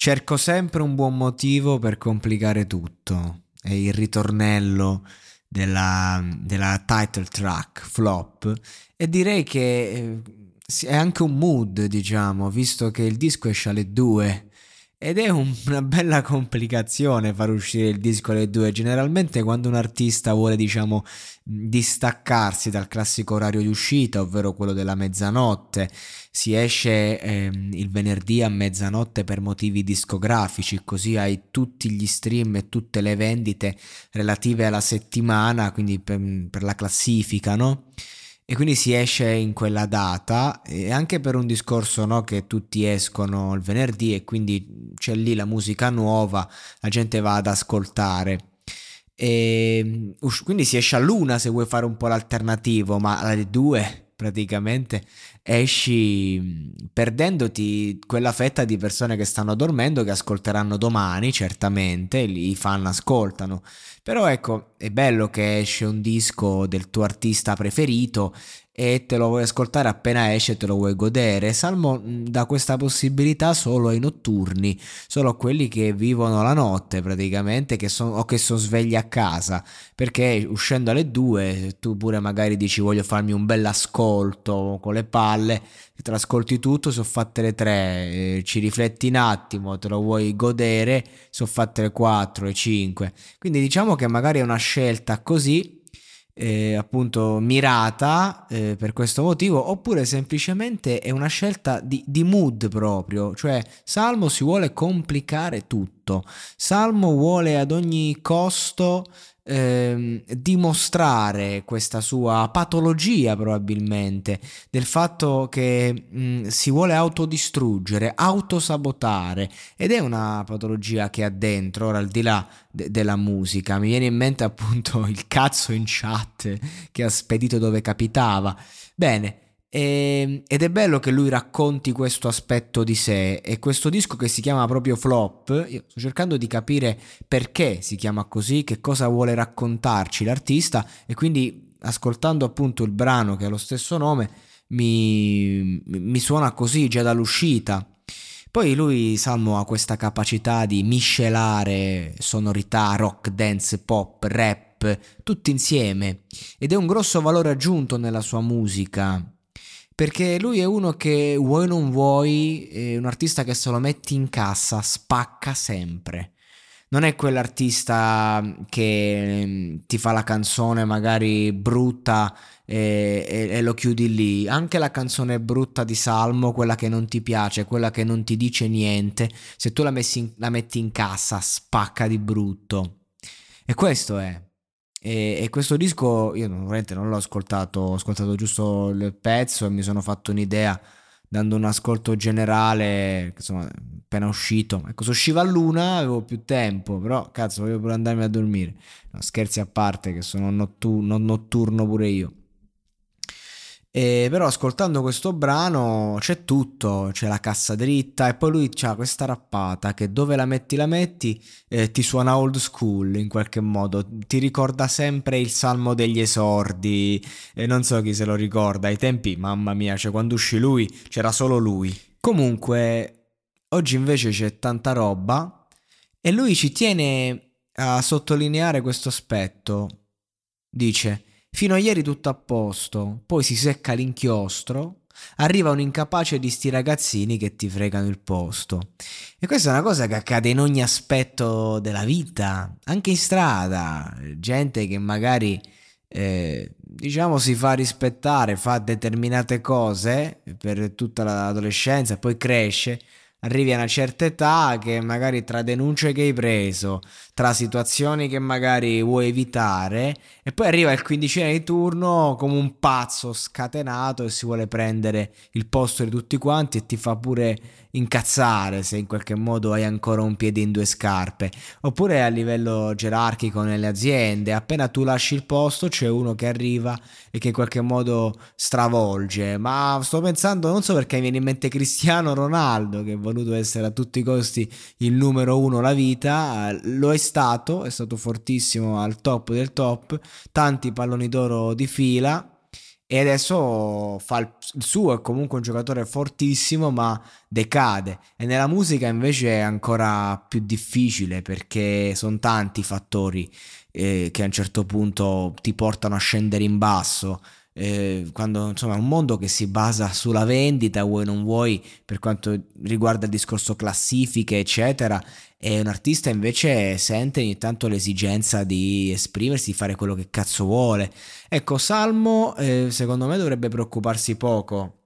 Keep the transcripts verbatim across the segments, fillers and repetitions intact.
Cerco sempre un buon motivo per complicare tutto. È il ritornello della, della title track Flop. E direi che eh, sì, è anche un mood, diciamo, visto che il disco esce alle due. Ed è un- una bella complicazione far uscire il disco alle due. Generalmente quando un artista vuole, diciamo, distaccarsi dal classico orario di uscita, ovvero quello della mezzanotte, si esce ehm, il venerdì a mezzanotte per motivi discografici, così hai tutti gli stream e tutte le vendite relative alla settimana, quindi per, per la classifica, no? E quindi si esce in quella data e anche per un discorso, no, che tutti escono il venerdì e quindi c'è lì la musica nuova, la gente va ad ascoltare. E us- quindi si esce all'una se vuoi fare un po' l'alternativo, ma alle due praticamente esci mh, perdendoti quella fetta di persone che stanno dormendo, che ascolteranno domani, certamente, i fan ascoltano. Però ecco, è bello che esce un disco del tuo artista preferito e te lo vuoi ascoltare appena esce e te lo vuoi godere. Salmo mh, dà questa possibilità solo ai notturni, solo a quelli che vivono la notte praticamente, che son- o che sono svegli a casa, perché uscendo alle due tu pure magari dici voglio farmi un bel ascolto con le palle, te l'ascolti tutto, sono fatte le tre, eh, ci rifletti un attimo, te lo vuoi godere, sono fatte le quattro, le cinque. Quindi diciamo che magari è una scelta così, eh, appunto mirata, eh, per questo motivo, oppure semplicemente è una scelta di, di mood proprio, cioè Salmo si vuole complicare tutto, Salmo vuole ad ogni costo ehm, dimostrare questa sua patologia probabilmente del fatto che mh, si vuole autodistruggere, autosabotare ed è una patologia che ha dentro, ora al di là de- della musica. Mi viene in mente appunto il cazzo in chat che ha spedito dove capitava. Bene. E- ed è bello che lui racconti questo aspetto di sé e questo disco che si chiama proprio Flop. Io sto cercando di capire perché si chiama così, che cosa vuole raccontarci l'artista e quindi ascoltando appunto il brano che ha lo stesso nome mi, mi suona così già dall'uscita. Poi lui, Salmo, ha questa capacità di miscelare sonorità rock, dance, pop, rap, tutti insieme ed è un grosso valore aggiunto nella sua musica. Perché lui è uno che vuoi o non vuoi, è un artista che se lo metti in cassa spacca sempre. Non è quell'artista che mm, ti fa la canzone magari brutta e, e- e lo chiudi lì. Anche la canzone brutta di Salmo, quella che non ti piace, quella che non ti dice niente, se tu la, messi in- la metti in cassa, spacca di brutto. E questo è. E, e questo disco io non, veramente non l'ho ascoltato, ho ascoltato giusto il pezzo e mi sono fatto un'idea dando un ascolto generale, che, insomma, appena uscito. Ecco, se usciva a luna avevo più tempo, però cazzo, voglio pure andarmi a dormire. No, scherzi a parte, che sono nottu- non notturno pure io. E però ascoltando questo brano c'è tutto, c'è la cassa dritta e poi lui c'ha questa rappata che dove la metti la metti eh, ti suona old school in qualche modo, ti ricorda sempre il salmo degli esordi e non so chi se lo ricorda, ai tempi mamma mia, cioè quando uscì lui c'era solo lui. Comunque oggi invece c'è tanta roba e lui ci tiene a sottolineare questo aspetto. Dice, fino a ieri tutto a posto, poi si secca l'inchiostro, arriva un incapace di sti ragazzini che ti fregano il posto. E questa è una cosa che accade in ogni aspetto della vita, anche in strada, gente che magari eh, diciamo si fa rispettare, fa determinate cose per tutta l'adolescenza e poi cresce, arrivi a una certa età che magari tra denunce che hai preso, tra situazioni che magari vuoi evitare e poi arriva il quindicenne di turno come un pazzo scatenato e si vuole prendere il posto di tutti quanti e ti fa pure incazzare se in qualche modo hai ancora un piede in due scarpe. Oppure a livello gerarchico nelle aziende, appena tu lasci il posto c'è uno che arriva e che in qualche modo stravolge. Ma sto pensando, non so perché mi viene in mente Cristiano Ronaldo, che è voluto essere a tutti i costi il numero uno la vita, lo è stato, è stato fortissimo al top del top, tanti palloni d'oro di fila e adesso fa il, il suo, è comunque un giocatore fortissimo, ma decade. E nella musica invece è ancora più difficile perché sono tanti i fattori eh, che a un certo punto ti portano a scendere in basso. Eh, quando insomma è un mondo che si basa sulla vendita, vuoi non vuoi, per quanto riguarda il discorso classifiche, eccetera, e un artista invece sente ogni tanto l'esigenza di esprimersi, di fare quello che cazzo vuole. Ecco, Salmo, eh, secondo me dovrebbe preoccuparsi poco,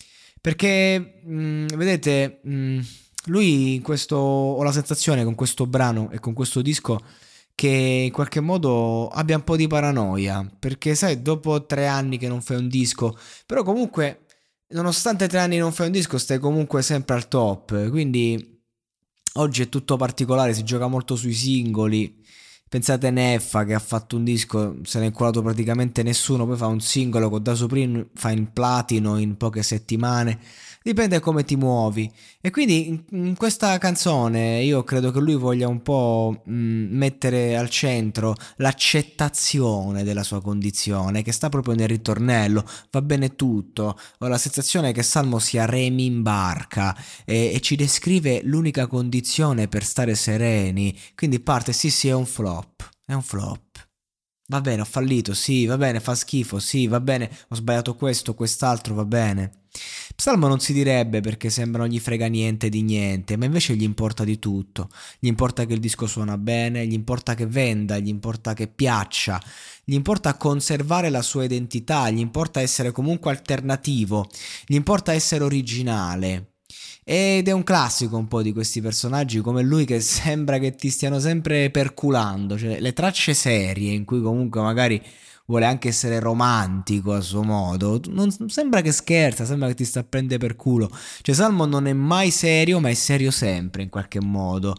perché, mh, vedete, mh, lui in questo, ho la sensazione con questo brano e con questo disco che in qualche modo abbia un po' di paranoia, perché sai, dopo tre anni che non fai un disco, però comunque, nonostante tre anni non fai un disco, stai comunque sempre al top, quindi oggi è tutto particolare, si gioca molto sui singoli. Pensate a Neffa che ha fatto un disco, se ne è curato praticamente nessuno, poi fa un singolo con Da Supreme, fa in platino in poche settimane, dipende come ti muovi. E quindi in, in questa canzone io credo che lui voglia un po' mh, mettere al centro l'accettazione della sua condizione, che sta proprio nel ritornello, va bene tutto, ho la sensazione che Salmo sia remi in barca e, e ci descrive l'unica condizione per stare sereni, quindi parte, sì sì è un flop, è un flop. Va bene, ho fallito, sì, va bene, fa schifo, sì, va bene, ho sbagliato questo, quest'altro, va bene. Salmo non si direbbe perché sembra non gli frega niente di niente, ma invece gli importa di tutto. Gli importa che il disco suona bene, gli importa che venda, gli importa che piaccia, gli importa conservare la sua identità, gli importa essere comunque alternativo, gli importa essere originale. Ed è un classico un po' di questi personaggi come lui che sembra che ti stiano sempre perculando, cioè le tracce serie in cui comunque magari vuole anche essere romantico a suo modo, non sembra che scherza, sembra che ti sta a prendere per culo. Cioè Salmo non è mai serio, ma è serio sempre in qualche modo.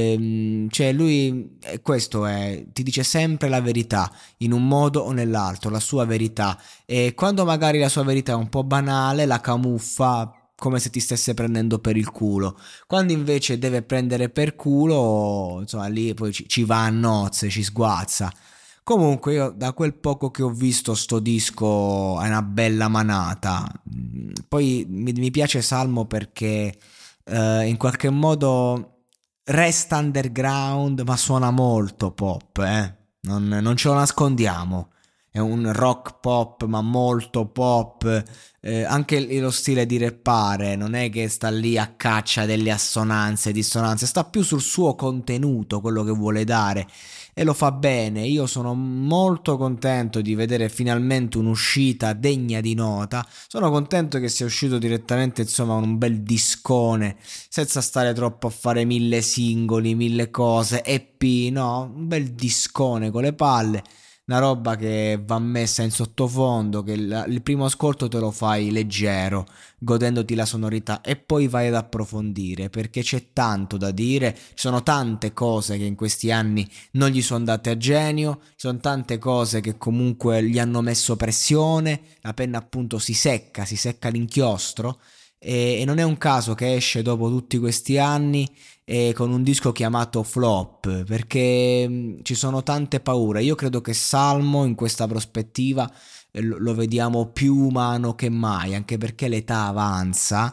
Ehm, cioè lui, eh, questo è, ti dice sempre la verità, in un modo o nell'altro, la sua verità. E quando magari la sua verità è un po' banale, la camuffa come se ti stesse prendendo per il culo. Quando invece deve prendere per culo, insomma, lì poi ci, ci va a nozze, ci sguazza. Comunque, io da quel poco che ho visto sto disco è una bella manata. Mm, Poi mi, mi piace Salmo perché eh, in qualche modo resta underground, ma suona molto pop, eh. Non, non ce lo nascondiamo. È un rock pop, ma molto pop. Eh, anche lo stile di rappare non è che sta lì a caccia delle assonanze e dissonanze, sta più sul suo contenuto, quello che vuole dare e lo fa bene. Io sono molto contento di vedere finalmente un'uscita degna di nota. Sono contento che sia uscito direttamente, insomma, un bel discone, senza stare troppo a fare mille singoli, mille cose, E P, no, un bel discone con le palle, una roba che va messa in sottofondo, che il, il primo ascolto te lo fai leggero, godendoti la sonorità e poi vai ad approfondire, perché c'è tanto da dire, ci sono tante cose che in questi anni non gli sono andate a genio, ci sono tante cose che comunque gli hanno messo pressione, la penna appunto si secca, si secca l'inchiostro e, e non è un caso che esce dopo tutti questi anni e con un disco chiamato Flop, perché mh, ci sono tante paure. Io credo che Salmo in questa prospettiva eh, lo, lo vediamo più umano che mai, anche perché l'età avanza,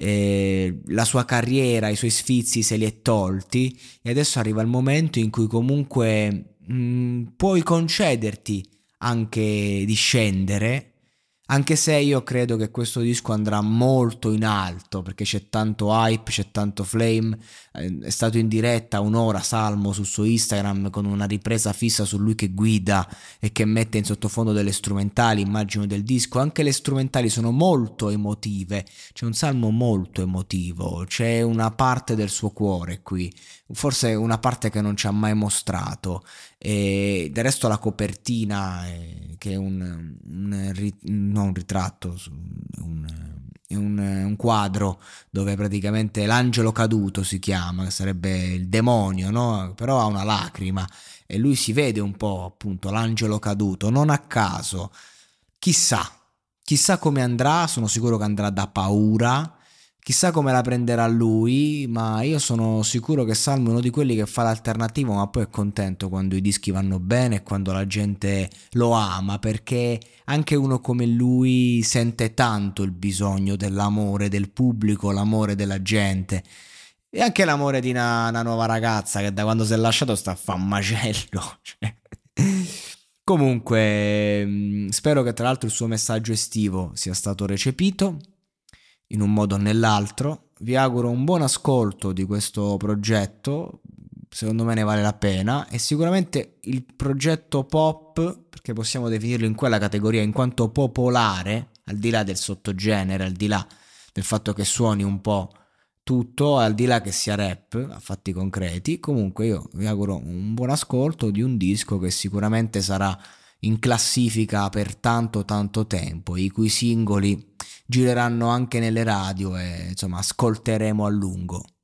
eh, la sua carriera, i suoi sfizi se li è tolti e adesso arriva il momento in cui comunque mh, puoi concederti anche di scendere, anche se io credo che questo disco andrà molto in alto perché c'è tanto hype, c'è tanto flame. Eh, È stato in diretta un'ora Salmo sul suo Instagram con una ripresa fissa su lui che guida e che mette in sottofondo delle strumentali, immagino del disco. Anche le strumentali sono molto emotive, c'è un Salmo molto emotivo, c'è una parte del suo cuore qui, forse una parte che non ci ha mai mostrato. E del resto la copertina è, che è un, un ri- non un ritratto, un, è un, un quadro dove praticamente l'angelo caduto si chiama, che sarebbe il demonio, no? Però ha una lacrima e lui si vede un po' appunto l'angelo caduto, non a caso. Chissà, chissà come andrà, sono sicuro che andrà da paura. Chissà come la prenderà lui, ma io sono sicuro che Salmo è uno di quelli che fa l'alternativo, ma poi è contento quando i dischi vanno bene e quando la gente lo ama, perché anche uno come lui sente tanto il bisogno dell'amore del pubblico, l'amore della gente e anche l'amore di una, una nuova ragazza che da quando si è lasciato sta a fa un macello. Cioè. Comunque, mh, spero che tra l'altro il suo messaggio estivo sia stato recepito in un modo o nell'altro. Vi auguro un buon ascolto di questo progetto, secondo me ne vale la pena, e sicuramente il progetto pop, perché possiamo definirlo in quella categoria in quanto popolare, al di là del sottogenere, al di là del fatto che suoni un po' tutto, al di là che sia rap a fatti concreti. Comunque io vi auguro un buon ascolto di un disco che sicuramente sarà in classifica per tanto tanto tempo, i cui singoli gireranno anche nelle radio e insomma ascolteremo a lungo.